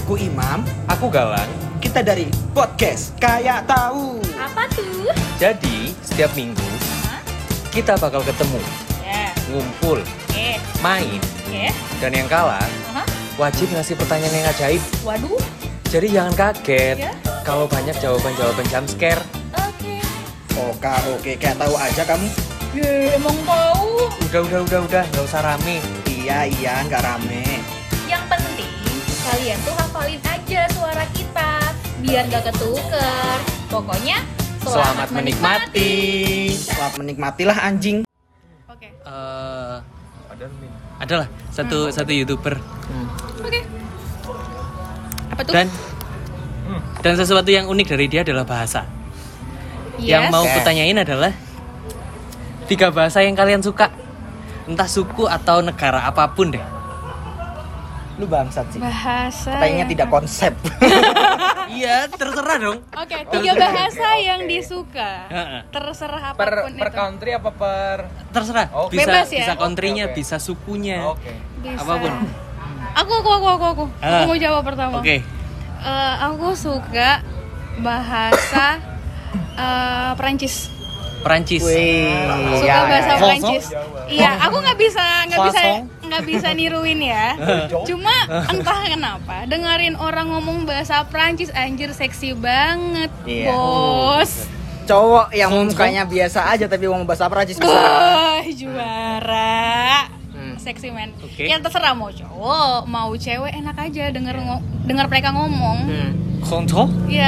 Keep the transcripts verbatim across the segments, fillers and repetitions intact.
Aku Imam, Aku Galang. kita dari podcast Kayak Tahu. Apa tuh? Jadi setiap minggu Hah? kita bakal ketemu, Ya. ngumpul, Oke. main, Oke. dan yang kalah Aha. wajib ngasih pertanyaan yang ajaib. Waduh. Jadi jangan kaget Ya. kalau banyak jawaban-jawaban jump scare. Oke. Oke, oke, kayak tahu aja kamu. Ye, emang tahu. Udah, udah, udah, udah, nggak usah rame. Iya, iya, nggak rame. Yang penting kalian tuh hafalin aja suara kita biar gak ketuker. Pokoknya Selamat menikmati. Selamat menikmatilah anjing. Oke. Eh, adalah satu satu youtuber Oke. Apa tuh? dan dan sesuatu yang unik dari dia adalah bahasa. Yang Yes. mau Oke. kutanyain adalah tiga bahasa yang kalian suka, entah suku atau negara apapun deh. Lu bangsat sih. bahasa. Kayaknya yang- tidak konsep. Iya, terserah dong. Oke, tiga bahasa yang disuka. Heeh. Terserah Per, apapun per itu. country apa per Terserah. Oke. Bisa Bebas ya? bisa country-nya, Oke, oke. bisa sukunya. Oke. Bisa. Apapun. Aku, aku, aku, aku, aku. Aku Ah. mau jawab pertama. Oke. Eh, aku suka bahasa eh, Perancis. Perancis. Wih, Suka ya, bahasa ya, ya. Perancis. Iya, aku nggak bisa nggak bisa Croissant. nggak bisa niruin ya. Cuma entah kenapa dengerin orang ngomong bahasa Perancis anjir seksi banget, Iya. bos. Cowok yang mukanya biasa aja tapi ngomong bahasa Prancis bisa. Wah, juara. Hmm. Seksi men. Oke. Ya terserah mau cowok, mau cewek enak aja denger ngo- denger mereka ngomong. Hmm. Kontrol. Iya.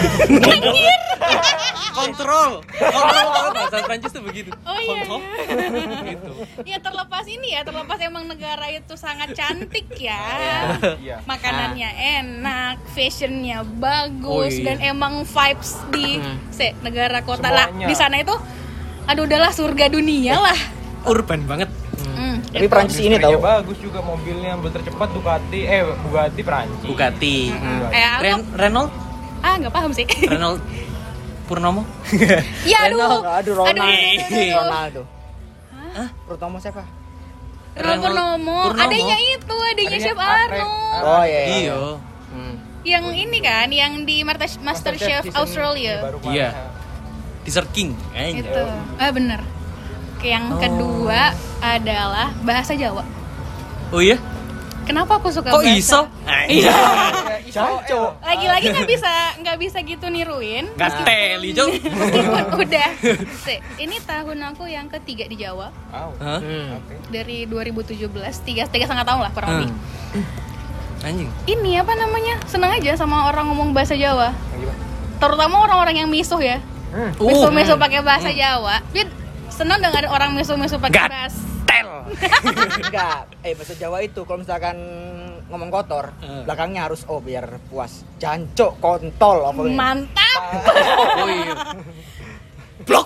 Kontrol. Kontrol. Kalau bahasa Perancis tuh begitu. Oh iya. Kontrol. iya. Gitu. Ya terlepas ini ya, terlepas emang negara itu sangat cantik ya. Iya. Makanannya enak, fashionnya bagus, Oh, iya. dan emang vibes di se negara kota lah Semuanya. di sana itu, aduh udahlah surga dunia lah. Urban banget. Hmm, Tapi gitu. Prancis ini Industrinya tahu. bagus juga, mobilnya mobil tercepat Ducati eh Bugatti Prancis. Bugatti. Eh, aku, Ren Renault. ah nggak paham sih. Renault Purnomo. Ya aduh, Aduh, aduh, Ronaldo. aduh, aduh. Ronaldo. Hah? Purnomo siapa? Ronaldo Purnomo, Purnomo. adanya itu, adanya Adanya Chef Arnold. Arnold. Oh iya. Iya. Hmm. Yang ini kan, yang di Master, Master Chef season Australia. ini baru Iya. kemarin. Dessert King. Eh, Itu. Ah bener. Oke, yang Oh. kedua adalah bahasa Jawa. Oh iya? Kenapa aku suka Kok bahasa? iso? Iya. Kayak iso, Caco. eh. Lagi-lagi nggak bisa nggak bisa gitu niruin. Gateli, Cok. Meskipun udah. Se, ini tahun aku yang ketiga di Jawa Au. Hah? Hmm. Oke. dari dua ribu tujuh belas, tiga tiga setengah tahun lah kurang lebih. Hmm. Anjing. Ini apa namanya? Seneng aja sama orang ngomong bahasa Jawa. Yang gimana? Terutama orang-orang yang misuh ya. Hmm. Uh. Misuh-misuh pakai bahasa Jawa. Dia seneng dengar orang misuh-misuh pakai Gat- bahasa. Tel. Enggak, eh bahasa Jawa itu kalau misalkan ngomong kotor, Eh. belakangnya harus oh biar puas. Jancok, kontol apa gitu. Mantap. Oh iya. Blok.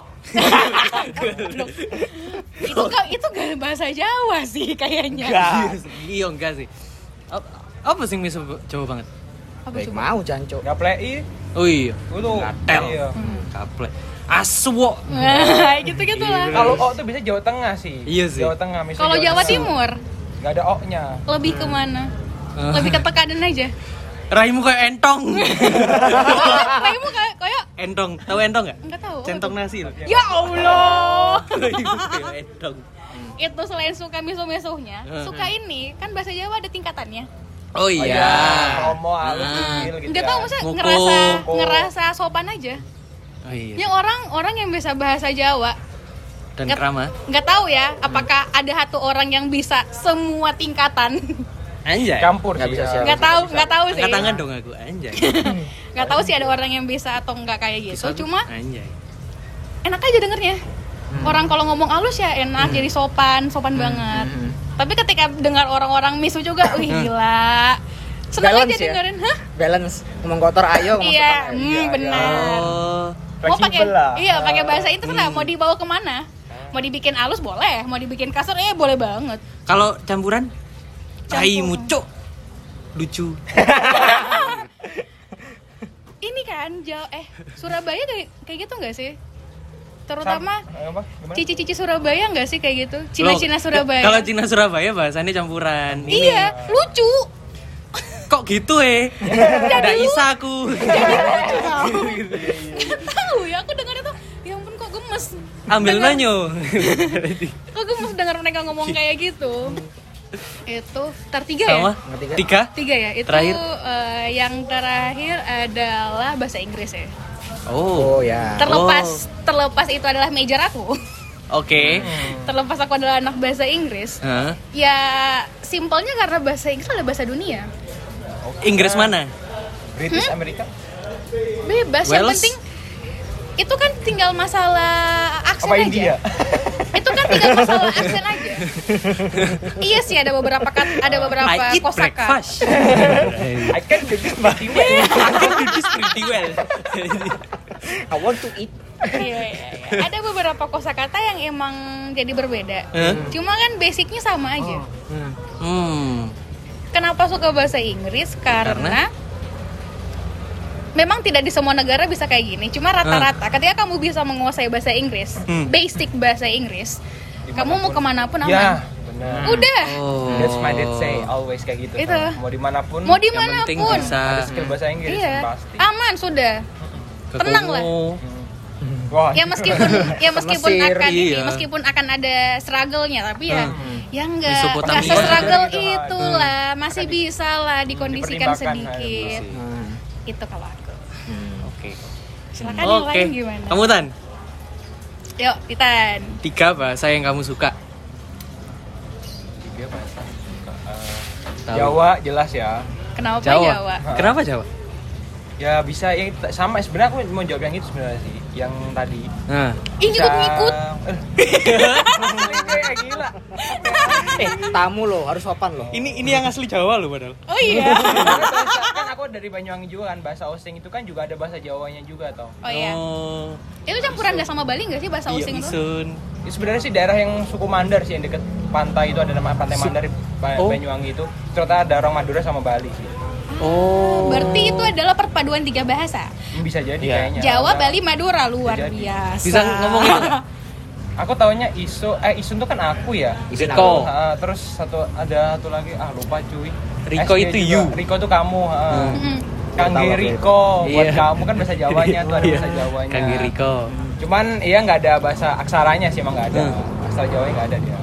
itu gak, itu gak bahasa Jawa sih kayaknya. Enggak. Iya enggak sih. Apa, apa sih miso Jawa banget? Apa Baik coba? mau jancok. Nggak play Oh iya. Gue tuh Gatel. iya. Kaple. Aswo. Nah, gitu-gitu lah. Iya. Kalau O tuh bisa Jawa Tengah sih. Iya sih. Jawa Tengah misalnya. Kalau Jawa Timur Nggak ada O-nya. lebih kemana? Eh. Lebih ke tekanan aja. Raimu kayak entong. Kayakmu kayak kayak Entong. Tahu entong enggak? enggak tahu. Centong nasi loh. Ya Allah. Raimu kayak entong. Itu selain suka misuh-misuhnya, Hmm. suka ini kan bahasa Jawa ada tingkatannya. Oh Oh iya. Promo halus Ah. kecil gitu. Enggak ya. tahu maksudnya Ngoko. ngerasa Ngoko. ngerasa sopan aja. Oh iya. Yang orang orang yang bisa bahasa Jawa Dan nggak- krama. nggak tahu ya apakah ada satu orang yang bisa semua tingkatan. Anjay. Campur Nggak sih. bisa ya. sih. Nggak tahu nggak tahu sih. Angkat tangan dong aku. Anjay. Nggak tahu sih ada orang yang bisa atau nggak kayak gitu. Bisa tuh. Cuma Anjay. enak aja dengernya. Orang kalau ngomong halus ya enak, jadi sopan, sopan banget. Hmm. Tapi ketika dengar orang-orang misu juga, wih gila. Senang aja Balance ya? dengerin, hah? Balance ngomong kotor ayo ngomong Iya, sopan, ayo. hmm, iya. benar. Oh. Mau pakai, Fleksibel lah. iya pakai bahasa itu kan mau dibawa kemana? Mau dibikin halus boleh, mau dibikin kasar eh boleh banget. Kalau campuran? Tai Campuran. mucuk. Lucu. Ini kan Jawa, eh Surabaya kayak kayak gitu nggak sih? Terutama Sam- eh, apa? Gimana? cici-cici Surabaya nggak sih kayak gitu? Cina-Cina Loh, Surabaya. Kalau Cina Surabaya bahasannya campuran. Ini. Iya, lucu. kok gitu eh? Nggak bisa aku. Nggak tahu ya, aku dengar itu, ya ampun kok gemes. Ambil Dengar- nanyo. Kok gemes dengar mereka ngomong kayak gitu. Itu tertiga ya? Sama? Tiga. Tiga? Tiga ya. Itu Terakhir? eh, yang terakhir adalah bahasa Inggris ya. Oh. Oh ya. Terlepas terlepas itu adalah major aku. Oke. Terlepas aku adalah anak bahasa Inggris. Hah? Ya simpelnya karena bahasa Inggris adalah bahasa dunia. Inggris mana? British Amerika. Bebas, yang Wales? penting itu kan tinggal masalah aksen Apa aja. India? Itu kan tinggal masalah aksen aja. Iya sih, ada beberapa kat, ada beberapa I eat kosakata. breakfast. I can do this pretty well. I can do this pretty well. I want to eat. Iya, iya, iya. Ada beberapa kosakata yang emang jadi berbeda. Hah? Cuma kan basicnya sama aja. Hmm. Kenapa suka bahasa Inggris? Karena, memang tidak di semua negara bisa kayak gini. Cuma rata-rata ketika kamu bisa menguasai bahasa Inggris, Hmm. basic bahasa Inggris, kamu mau kemanapun aman. Ya, benar. Udah. Oh. That's my dad say always kayak gitu. Itu. Kan. Mau dimanapun. Mau Yang penting dimanapun. bisa. Ada skill bahasa Inggris Iya. pasti. Aman sudah. Tenang lah. Wah. Ya meskipun ya meskipun Mesir, akan ini, iya. meskipun akan ada struggle-nya, tapi ya ya enggak Mesopotamia. enggak se-struggle Gitu, gitu. itulah, masih bisa lah dikondisikan dipertimbangkan, sedikit. harus. Hmm. Itu kalau aku. Oke. Silakan yang Oke. lain gimana? Kamu Tan, Yuk, Titan. tiga bahasa yang kamu suka. Tiga bahasa. Eh, Tahu. Jawa jelas ya. Kenapa Jawa. Jawa? Kenapa Jawa? Ya bisa ya sama sebenarnya aku mau jawab yang itu sebenarnya sih, yang tadi. Nah. Ih, ngikut-ngikut. Eh, gila. Eh, tamu loh, harus sopan loh. Ini ini yang asli Jawa loh padahal. Oh iya. Kan aku dari Banyuwangi juga kan, bahasa Osing itu kan juga ada bahasa Jawanya juga toh. Oh iya. Oh. Itu campuran gak sama Bali gak sih bahasa Iya, Osing itu? Isun. Ya, sebenarnya sih daerah yang suku Mandar sih yang deket pantai itu ada nama pantai Su- Mandar Ba- Oh. Banyuwangi itu. Ternyata ada orang Madura sama Bali sih. Oh. Berarti itu adalah perpaduan tiga bahasa. Bisa jadi Iya. kayaknya. Jawa, Ada- Bali, Madura, luar Bisa jadi. biasa. Bisa ngomong itu nggak? Aku taunya Iso, eh Isun tuh kan aku ya. Isun Riko. Ah, terus satu ada satu lagi, ah lupa cuy. Riko S D itu juga. you. Riko tuh kamu. ah. Mm-mm. Kangge Tahu aku Riko, buat Iya. kamu kan bahasa Jawanya tuh ada Iya. bahasa Jawanya. Kang Riko. Cuman iya nggak ada bahasa aksaranya sih emang nggak ada. Hmm. Aksara Jawanya nggak ada dia.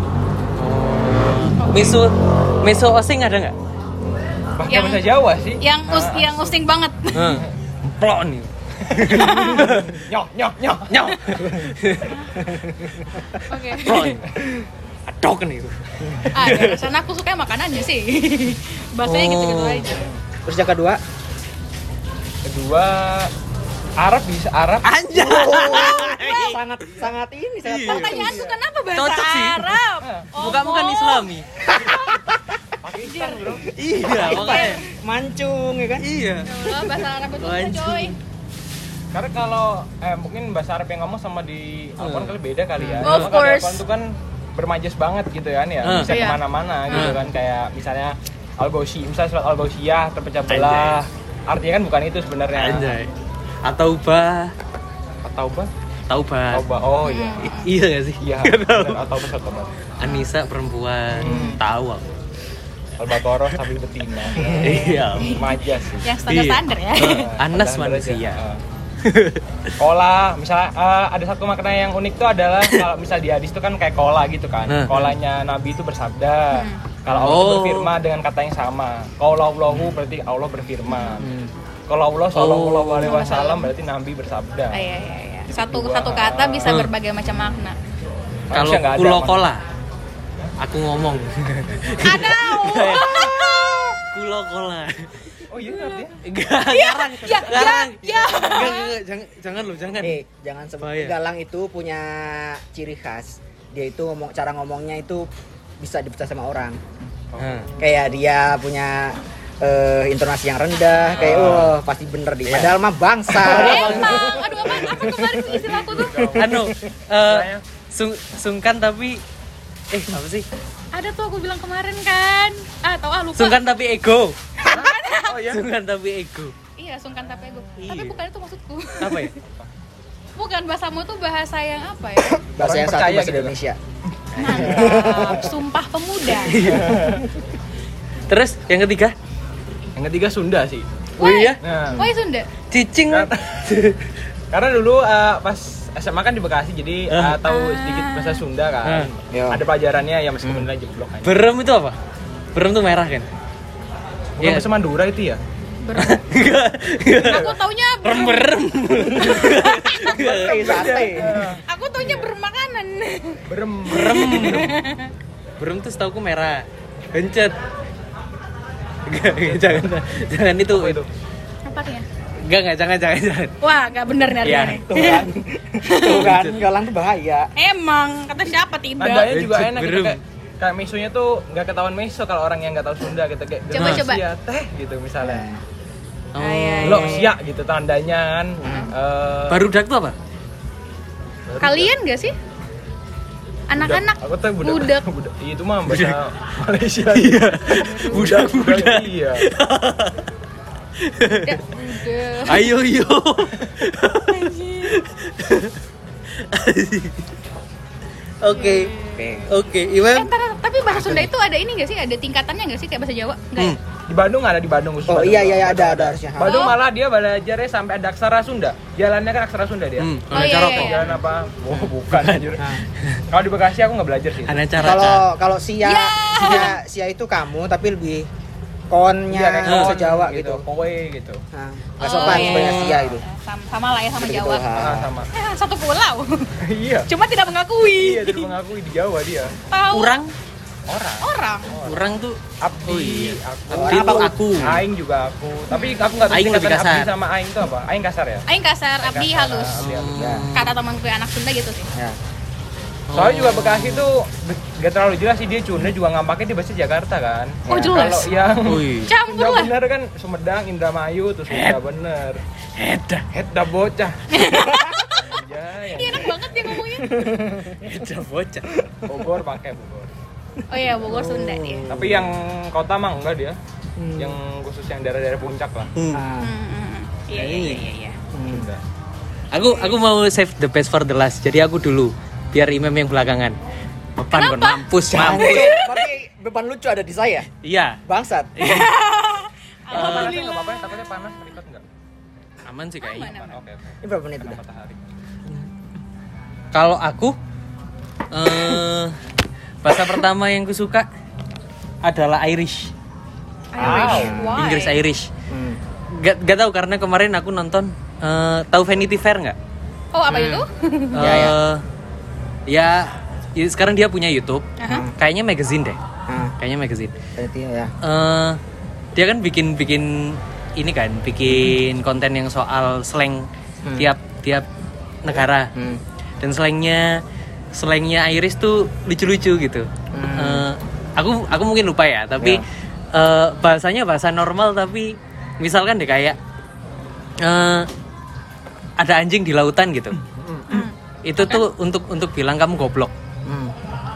Miso Miso Osing ada nggak? Pakai Yang- bahasa Jawa sih. Yang us Ah, yang using banget. Heeh. Plok nih. Nyok nyok nyok nyok. Oke. Plok. Adok nih. Ah, dari sana aku suka makanannya sih. Bahasanya Oh. gitu-gitu aja. Terus yang kedua, Kedua Arab bisa Arab. Anjay. sangat sangat ini sangat Iya. Pertanyaan tuh kenapa bahasa Cocok sih. Arab? Bukan bukan Omong. Islami. Pakistan bro. Iya, makanya. mancung ya kan? Iya. Ya Allah, bahasa Arab itu Lanjut. bisa coy. Karena kalau eh mungkin bahasa Arab yang ngomong sama di Alquran kali beda kali ya. Of Cuma kalau di course. Alquran itu kan bermajes banget gitu kan ya. Hmm. Bisa Iya. kemana-mana gitu Hmm. kan kayak misalnya Al-Ghausyi, misalnya surat Al-Ghausiyah terpecah belah. Artinya kan bukan itu sebenarnya. Anjay. Atau bah, Taubah? Taubah. Taubah. Oh iya. I- Iya gak sih? Iya. Benar, Taubah surat Taubah. Anissa perempuan, Hmm. tahu aku. Al-Baqarah sambil betina. Iya. Majas sih. Yang standar-standar ya. Eh, Anas Standar aja. manusia. Ah. Kola, misalnya eh, ada satu makna yang unik tuh adalah kalau misal di hadis itu kan kayak kola gitu kan. Nah. Kolanya Nabi itu bersabda. Hmm. Kalau Allah tuh Oh. berfirman dengan kata yang sama. Kalau Allahu berarti Allah berfirman. Kalau Allah Oh. Shallallahu Alaihi Wasallam berarti Nabi bersabda. Ah, iya, iya, iya. Satu Kedua, satu kata bisa Hmm. berbagai macam makna. Kalau Harusnya nggak ada, Pulau Mas. Kola, aku ngomong. Ada. Pulau Kola. Oh iya artinya? Enggak, garang. Ya, Garang. ya, ya. Enggak, enggak, enggak, jangan jangan lu, jangan. Eh, jangan sebut. Bahaya. Galang itu punya ciri khas. Dia itu ngomong cara ngomongnya itu bisa dipercaya sama orang. Nah. Kayak dia punya eh, intonasi yang rendah, kayak oh pasti bener dia. Padahal mah bangsa. Emang, aduh apa apa kemarin sih istilahku tuh? Anu, eh, sung, sungkan tapi eh apa sih? Ada tuh aku bilang kemarin kan. Ah, tahu ah lupa. Sungkan tapi ego. Oh iya. Sungkan tapi ego. Iya, sungkan tapi ego. Iya. Tapi bukan itu maksudku. Apa ya? Bukan, bahasamu tuh bahasa yang apa ya? Bahasa yang Orang satu percaya bahasa gitu. Indonesia. Mantap, sumpah pemuda. Terus yang ketiga? Yang ketiga Sunda sih. Oh iya? Nah, Why Sunda? Cicing. Karena, karena dulu uh, pas S M A kan di Bekasi, jadi uh, tahu sedikit bahasa Sunda kan. Yo. Ada pelajarannya ya meskipun hmm. jeblok aja. Berem itu apa? Berem tuh merah kan? Bukan Iya. bahasa Madura itu ya? Enggak. Aku taunya Berem berem. Sate, sate. Aku taunya bermakanan. Berem. Berem. Berem tuh setauku merah. Bencet. Enggak, jangan jangan itu. Apa itu? Apa ya? Enggak, enggak, jangan, jangan, jangan. Wah, gak bener nih Iya. artinya nih. Tuh kan. Tuh kan, galang tuh bahaya. Emang, kata siapa tidak? Nadanya juga Bencet, enak gitu, berem. kayak, kayak mesonya tuh nggak ketahuan meso kalau orang yang nggak tahu Sunda gitu kayak Coba, "Nah, coba. sia teh gitu misalnya. Oh. Ah, iya, Lo iya. sia gitu tandanya kan. Eh, Barudak tuh apa? Kalian gak sih? Anak-anak Aku tuh budak. budak. budak. Iya, itu mah bahasa Malaysia. Iya. Budak, budak. Iya. budak, budak. Ayo, yo. Oke. Oke. Oke, Eh, Iwan. ntar, tapi bahasa Sunda itu ada ini gak sih? Ada tingkatannya gak sih kayak bahasa Jawa? Enggak ya? Hmm. Di Bandung ada di Bandung khusus. Oh Bandung. iya iya iya, ada Bandung ada harusnya. Bandung Oh. malah dia belajarnya sampai ada aksara Sunda. Jalannya kan aksara Sunda dia. Hmm, Oh, ada iya, cara iya, kok. iya. Jalan apa? Oh, bukan anjir. Nah, Kalau di Bekasi aku nggak belajar sih. Ada cara. kalau kalau sia Ya. sia sia itu kamu tapi lebih konnya Iya, kayak bahasa kawan Jawa gitu. Kowe gitu. Nah, nggak sopan iya, sebenarnya iya. sia itu. Sama, sama lah ya sama Gitu-gitu, Jawa. ha. Ah, sama. Eh, satu pulau. Iya. Cuma tidak mengakui. Iya, jadi mengakui di Jawa dia. Tahu Kurang, Orang. orang. kurang tuh Abdi, Oh iya. aku. Abdi Apa tuh aku? aku. Aing juga aku. Tapi aku nggak tahu Aing lebih tingkatan Abdi kasar. sama Aing itu apa. Aing kasar ya? Aing kasar, abdi Kasar, halus. Abdi halus. Ya. Kata temanku yang anak Sunda gitu sih. Ya. Soalnya juga Bekasi tuh gak terlalu jelas sih dia cune juga ngampaknya di bahasa Jakarta kan. Oh, Ya. jelas. Kalau yang Wih. Campur Sunda lah. bener kan Sumedang, Indramayu tuh Sunda bener. Edah. Hedda bocah. Ya, ya. Iya, enak banget dia ngomongnya. Edah bocah. Bogor pakai Bogor. Oh iya, Bogor Sunda dia. Tapi yang kota mah enggak dia. Hmm. Yang khusus yang daerah-daerah puncak lah. Hmm. Nah, Hmm, hmm. Iya, iya, iya, iya. hmm. Sunda. Aku aku mau save the best for the last. Jadi aku dulu, biar Imam yang belakangan. Beban kon Kenapa? mampus, Jangan, mampus. Cok. Tapi beban lucu ada di saya. Iya, Bangsat. Panasnya nggak apa-apa ya, takutnya panas meripat enggak? aman sih kayaknya. Aman, aman. Oke oke. Ini berapa menit Kena udah? matahari. Kalau aku eh bahasa pertama yang kusuka adalah Irish. Irish. Wow. Why? Inggris Irish. Hmm. Gak, gak tahu karena kemarin aku nonton eh tahu Vanity Fair nggak? Oh, apa itu? Ya, ya. Eh, ya, ya, sekarang dia punya YouTube. Aha. Kayaknya magazine deh. Nah, Kayaknya magazine. berarti ya. Eh dia kan bikin bikin ini kan, bikin konten yang soal slang Hmm. tiap tiap negara. Hmm. Dan slangnya slangnya Irish tuh lucu-lucu gitu. Hmm. Eh, aku aku mungkin lupa ya, tapi Ya. eh, bahasanya bahasa normal tapi misalkan deh kayak eh, ada anjing di lautan gitu. Itu tuh untuk untuk bilang kamu goblok. Hmm.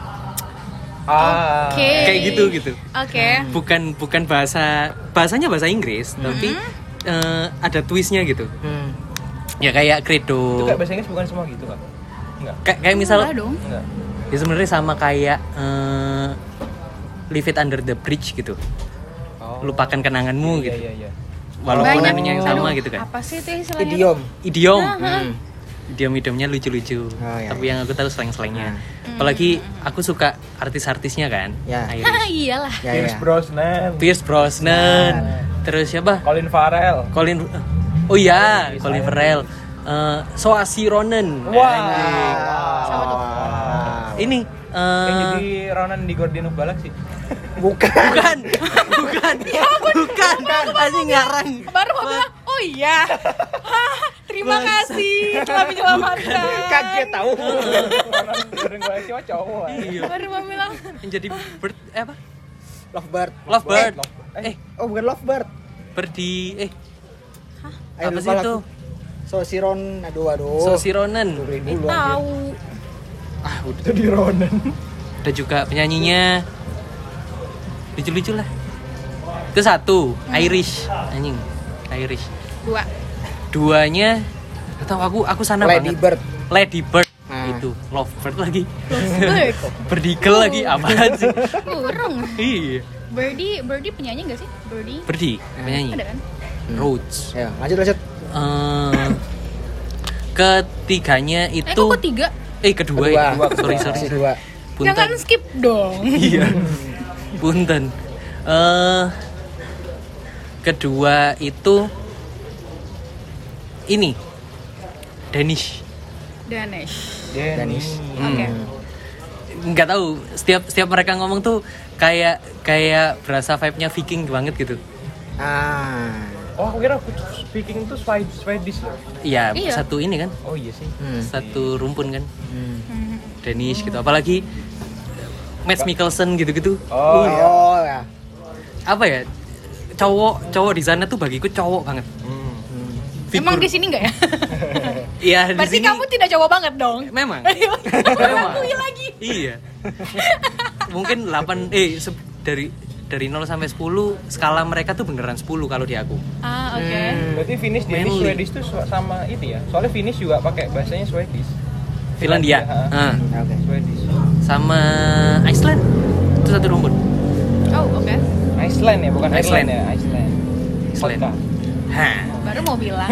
Ah. Oke. Kayak gitu gitu. Oke. Bukan bukan bahasa bahasanya bahasa Inggris, tapi eh, ada twistnya gitu. Hmm. Ya kayak Itu credo. kayak bahasa Inggris bukan semua gitu kan? Enggak. Kayak kayak misal Enggak dong. Enggak. ya sebenarnya sama kayak eh, Leave It Under the Bridge gitu. Oh. Lupakan kenanganmu Iya, gitu. Iya iya. Walaupun Banyak. artinya yang sama Aduh, gitu kan. Apa sih itu istilahnya? Idiom. Idiom. Nah, Hmm. Idiom-idiomnya lucu-lucu. Oh, iya, Tapi iya. yang aku tahu slang-slangnya. Hmm. Apalagi aku suka artis-artisnya kan. Ya. Irish. Ah, iyalah. Ya, Pierce ya. Brosnan. Pierce Brosnan. Terus siapa? Colin Farrell. Colin Oh iya, Colin Colin Farrell. Farrell. Eh Saoirse Ronan. Wah. Anjing. Siapa tuh? Ini eh, Yang jadi Ronan di Guardian of Galaxy. Bukan. bukan. Bukan. Bukan. Anjing ngarang. Baru mau bilang, oh iya. Hah, terima kasih telah menyelamatkan. Kaget tahu. Ronan di Guardian of Galaxy mah cowok. Iya. Baru mau bilang, Yang jadi bird eh apa? Lovebird. Lovebird. Lovebird. Eh, Oh, bukan Lovebird. Birdi eh Ayo, apa lupa sih lah. itu? So Siron, aduh aduh. Saoirse Ronan. Dulu eh, dulu tahu. Ah, udah. Jadi Ronan. Ada juga penyanyinya. Lucu-lucu lah. Itu satu, Irish. Anjing. Irish. Dua. Duanya gak tahu aku aku sana Lady banget. Bird. Lady Bird. Nah. Itu itu lovebird lagi. Bird. Berdikel lagi apaan sih? Burung. Iya. Birdie, Birdie penyanyi nggak sih? Birdie. Berdi, penyanyi. Ada kan? Roots. Ya, lanjut lanjut. Eh, ketiganya Eh itu kok ketiga? eh kedua, Kedua, ya. kedua, sorry kedua. sorry. Kedua. Jangan Punten. skip dong. Iya. Punten. Eh kedua itu ini Danish. Danish. Danish. Oke. Nggak tahu, setiap setiap mereka ngomong tuh kayak kayak berasa vibe-nya Viking banget gitu. Ah. Oh, aku kira speaking itu Swedish Swedish loh. Iya, Iya. satu ini kan, Oh iya sih. Hmm. satu rumpun kan, Hmm. Hmm. Danish gitu. Apalagi Mads Mikkelsen gitu-gitu. Oh iya. Oh ya. Apa ya? Cowok cowok di sana tuh bagiku cowok banget. Hmm. Emang di sini nggak ya? Iya, di Berarti sini. kamu tidak cowok banget dong. Memang. Memang. Akui lagi. Iya. Mungkin delapan eh se- dari dari nol sampai sepuluh skala mereka tuh beneran sepuluh kalau di aku. Ah, oke. Hmm. Berarti Finnish Danish Manly. Swedish tuh su- sama itu ya. Soalnya Finnish juga pakai bahasanya Swedish. Finlandia. ha. Ah. Oke. Swedish. Sama Iceland. Itu satu rumpun. Oh, oke. Iceland ya, bukan Iceland. Iceland ya, Iceland. Iceland. Kota. Hah. Baru mau bilang.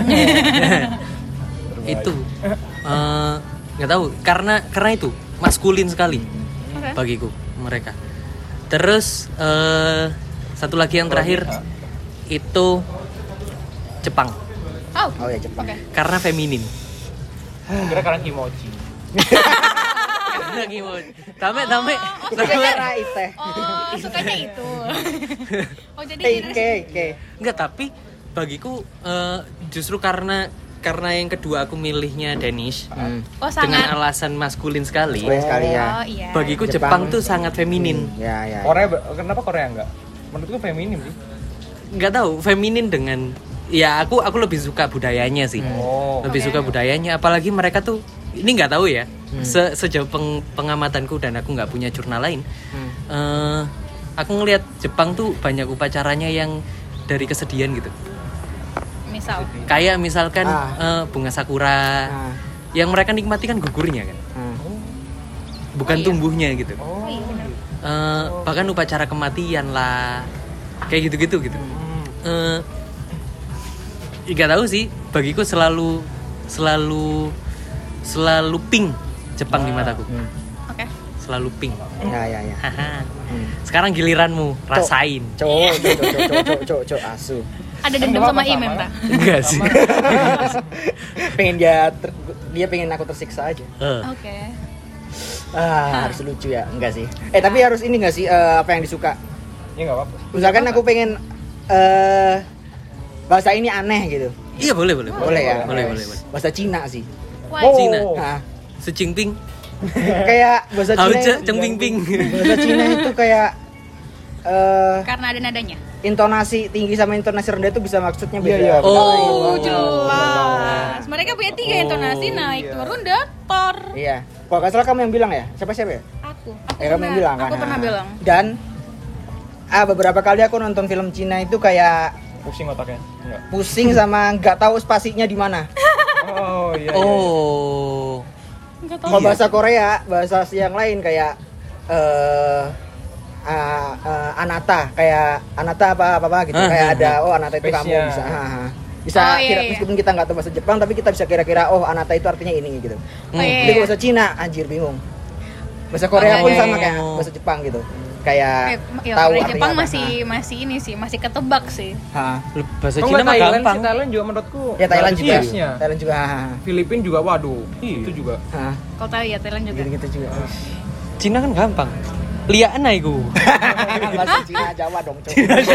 Itu eh, nggak tahu karena karena itu maskulin sekali Oke. bagiku mereka. Terus eh, satu lagi yang terakhir itu Jepang Oh. Oh ya Jepang. Oke. karena feminin. Kira karena kimochi. Tame tame. Oh, Cara itu. Oh, sukanya itu. Oh, jadi Oke kira- oke oke. Enggak, tapi bagiku eh, justru karena karena yang kedua aku milihnya Danish Hmm. Oh, dengan sangat. alasan maskulin sekali. Sekali sekali ya. Oh, iya. Bagiku Jepang. Jepang, tuh sangat feminin. Ya ya. Korea be- kenapa Korea enggak? Menurutku feminim sih. Nggak tahu, feminin dengan ya aku aku lebih suka budayanya sih. Oh. Lebih Oke. suka budayanya, apalagi mereka tuh ini nggak tahu ya. Hmm. Se sejauh peng- pengamatanku dan aku nggak punya jurnal lain. Hmm. eh, aku ngelihat Jepang tuh banyak upacaranya yang dari kesedihan gitu. Misal. Kayak misalkan Ah. eh, bunga sakura. Ah. Yang mereka nikmati kan gugurnya kan, Ah. bukan Oh, iya. tumbuhnya gitu. Oh, iya benar. Eh, bahkan upacara kematian lah, kayak gitu-gitu gitu. Eh, nggak tahu sih, bagiku selalu selalu selalu pink Jepang di mataku, Hmm. Oke. selalu pink. Ya ya ya. Haha. Hmm. Sekarang giliranmu, rasain. Cowok, cowok, cowok, cowok, cowok, cowok, cowok, asu. Ada dendam sama Imem, tak? Enggak sih. Pengen dia, ter- dia pengen aku tersiksa aja. Eh, Oke. Ah, harus lucu ya, enggak sih. Eh tapi harus ini enggak sih eh, apa yang disuka? Ya enggak apa-apa. Misalkan aku pengen eh bahasa ini aneh gitu. Iya boleh boleh. Boleh ya? Boleh boleh boleh. Bahasa Cina sih. Why? Oh. Cina. Nah, Si Jinping. kayak bahasa Hao Cina Zhe, itu- Cheng Ping Ping. bahasa Cina itu kayak eh Karena ada nadanya. intonasi tinggi sama intonasi rendah itu bisa maksudnya beda. Iya, iya. Oh. Oh, jelas. Mereka punya tiga Oh, intonasi, naik, iya. turun, datar. Iya. Kalau nggak salah kamu yang bilang ya? Siapa siapa ya? Aku. Aku Eh, kamu yang bilang kan? Aku pernah Nah. bilang. Dan ah beberapa kali aku nonton film Cina itu kayak Pusing otaknya. Enggak. pusing sama nggak tahu spasinya di mana. Oh iya. iya. Oh. Enggak tahu. Kalau Iya. bahasa Korea, bahasa yang lain kayak eh ah, eh, anata, kayak anata apa apa, apa gitu. Ah, kayak ah, ada oh anata itu kamu Space-nya. bisa. ah, ah. Bisa Oh, iya, kira iya. meskipun kita nggak tahu bahasa Jepang tapi kita bisa kira-kira oh anata itu artinya ini gitu. Oh, iya, Jadi iya. kalau bahasa Cina anjir bingung. Bahasa Korea Oh, pun iya, sama iya. kayak bahasa Jepang gitu. Kayak Eh, ya, tahu Korea artinya Jepang apa. masih masih ini sih, masih ketebak sih. Hah. Bahasa Kok Cina nggak mah Thailand gampang. sih? Thailand juga menurutku. Ya Thailand ada juga. space-nya. Thailand juga. Hah. Filipina juga waduh. Iya. Itu juga. Hah. Kau tahu ya Thailand juga. Gitu-gitu juga. Cina kan gampang. Liaan iku. Bahasa Cina Jawa dong, Cok.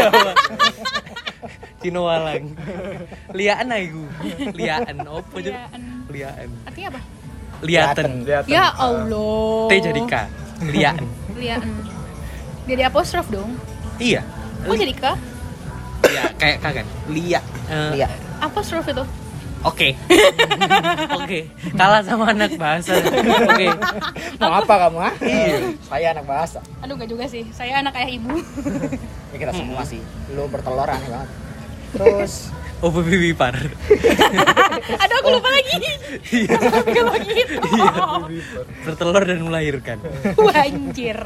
Cina walang. Liaan iku. Liaan opo aja? Liaan. Liaan. Artinya apa? Liaten. Lihat. Ya Allah. T jadi K. Liaan. Liaan. Jadi apostrof dong. Iya. Kok jadi K? Iya, kayak K kan. Lia. Eh, Iya. Apostrof itu. Oke. Oke. Kalah sama anak bahasa. Oke. Mau apa kamu, ha? Saya anak bahasa. Aduh gak juga sih. Saya anak ayah ibu. Ya kita semua sih. Lu bertelur aneh banget. Terus Oh, baby wipar. Aduh aku lupa lagi. Kalau gitu. Bertelur dan melahirkan. Wah, anjir.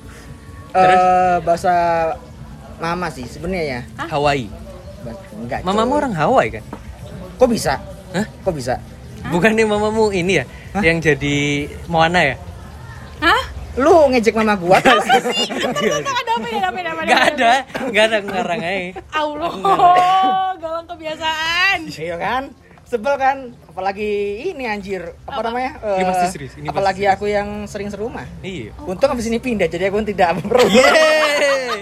Eh, bahasa mama sih sebenarnya ya. Hawaii. Ba- Enggak. Mamamu coy. orang Hawaii kan? Kok bisa? Hah? Kok bisa? Bukannya mamamu ini ya? Hah? Yang jadi Moana ya? Hah? Lu ngejek mama gua kan? Enggak ada apa ya, ada apa ya, ada apa ya, Gak apa ya. ada, gak ada ngarang aja. Allah, galang kebiasaan. Iya kan? Sebel kan? Apalagi ini anjir. Apa, Apa? namanya? Ini Eh, pasti serius, ini pasti apalagi serius. aku yang sering serumah. Iya. Untung abis ini pindah jadi aku tidak perlu Yeay.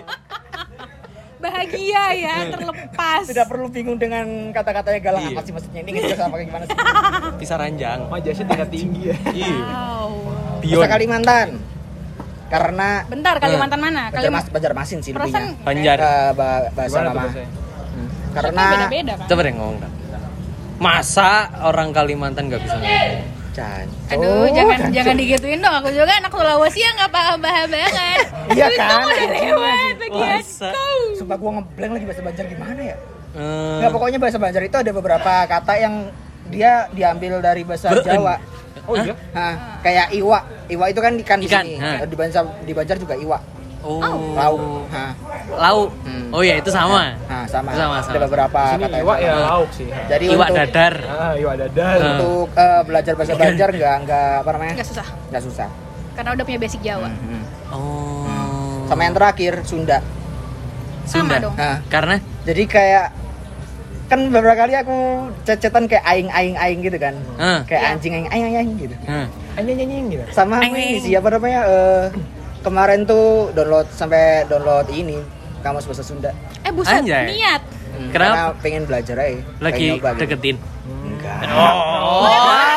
Bahagia ya, terlepas. tidak perlu bingung dengan kata-katanya galang Iya. apa sih maksudnya ini ngejek apa gimana sih? Pisah ranjang. Oh, jasnya tingkat tinggi ya. Iya. Wow. Pion. Bahasa Kalimantan. Karena Bentar, Kalimantan mana? Banjarmas, Kalimantan. Banjarmasin sih Perasaan lebihnya. Banjar. Eh, ba- bahasa Gimana tuh mama. bahasanya? Hmm. Karena beda-beda kan? Coba deh ngomong kan. Masa orang Kalimantan gak bisa ngomong? Cancok. Aduh, jangan Cancok. jangan digituin dong. Aku juga anak Sulawesi yang nggak paham bahasa banget. Iya kan? Udah lewat bagian Masa? kau. Sumpah gua ngeblank lagi bahasa Banjar gimana ya? Eh, Nggak, pokoknya bahasa Banjar itu ada beberapa kata yang dia diambil dari bahasa Beren. Jawa. Oh iya. Nah, kayak iwa. Iwa itu kan ikan di Ikan, sini. ha. Di Banjar di Banjar juga iwa. Oh. Lauk. Nah, Lauk. Hmm. Oh ya itu sama. nah sama. Itu sama, Ada sama. beberapa Di sini kata iwa yang ya sama. lauk sih. Jadi Iwak untuk dadar. Ah, iwa dadar. Ah. untuk eh, belajar bahasa Banjar nggak nggak apa namanya? Nggak susah, Nggak susah. karena udah punya basic Jawa. Hmm. Oh. Sama yang terakhir Sunda. Sunda. Sama dong. Nah, Karena jadi kayak kan beberapa kali aku cecetan kayak aing aing aing gitu kan. Ah. Kayak Iya. anjing aing aing aing gitu. eh, Anjing anjing gitu. Sama Aing, ini aing. sih apa namanya eh, kemarin tuh download sampai download ini kamus bahasa Sunda. Eh buset, Anjay. niat. Hmm, Kenapa? Karena pengen belajar aja. lagi pengen nyoba gitu. deketin. Enggak. Oh,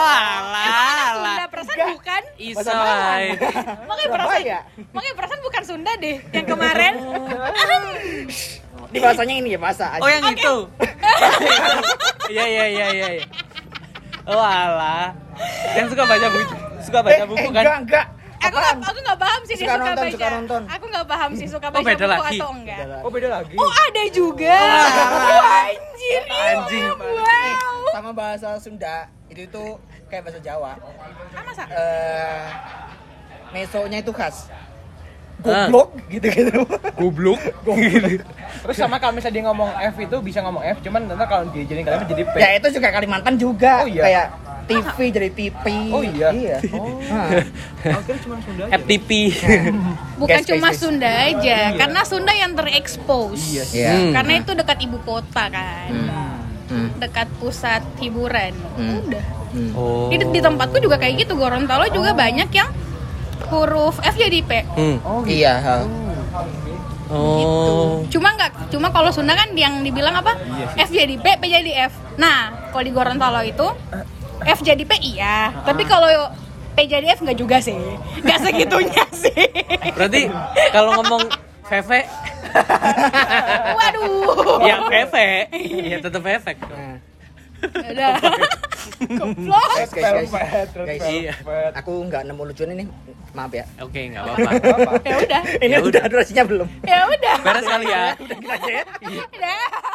Sunda perasaan bukan? Isai. Makanya perasaan, Surabaya. makanya perasaan bukan Sunda deh yang kemarin. Di bahasanya ini ya bahasa aja. Oh yang itu. Iya iya iya iya. iya. Oh alah. Yang suka baca buku, suka baca Eh, buku eh, kan? Enggak, enggak. Aku Apaan? nggak, aku nggak paham sih dia Suka suka nonton, baca. suka nonton. Aku nggak paham sih suka Oh, baca beda buku lagi. atau enggak. Oh beda lagi. Oh ada juga. Wah, anjir. Anjing. Wow. Sama bahasa Sunda itu itu kayak bahasa Jawa. Ah, masa? Eh mesonya itu khas. Goblok gitu-gitu. Goblok. Terus sama kalau misalnya dia ngomong F itu bisa ngomong F, cuman nanti kalau dia jadi kalimat jadi P. Ya itu juga Kalimantan juga. Oh, iya. Kayak T V jadi T V. Oh, iya. Iya. Oh. Nah. Akhirnya cuma Sunda aja. F T P. Bukan Guys, cuma guys, guys. Sunda aja, Iya. karena Sunda yang terekspos. Iya sih. Iya. Hmm. Karena itu dekat ibu kota kan. Hmm. Dekat pusat hiburan. Hmm. Udah. Hmm. Oh. Di, di tempatku juga kayak gitu, Gorontalo juga banyak yang huruf F jadi P. Hmm. Oh gitu. Iya. ha. Oh. Cuma nggak, cuma kalau Sunda kan yang dibilang apa? Iya F jadi P, P jadi F. Nah, kalau di Gorontalo itu F jadi P iya, tapi kalau P jadi F nggak juga sih, nggak segitunya sih. Berarti kalau ngomong Veve, Waduh. ya Veve, ya tetap efek. Nah. Udah. Goblok. Guys, guys, guys. Velvet, red Guys, iya. velvet. Aku nggak nemu lucuan ini. Maaf ya. Oke, nggak apa-apa. Ya udah. Ini Ya udah durasinya belum. Ya udah. Beres kali ya. Udah kita aja ya. Udah.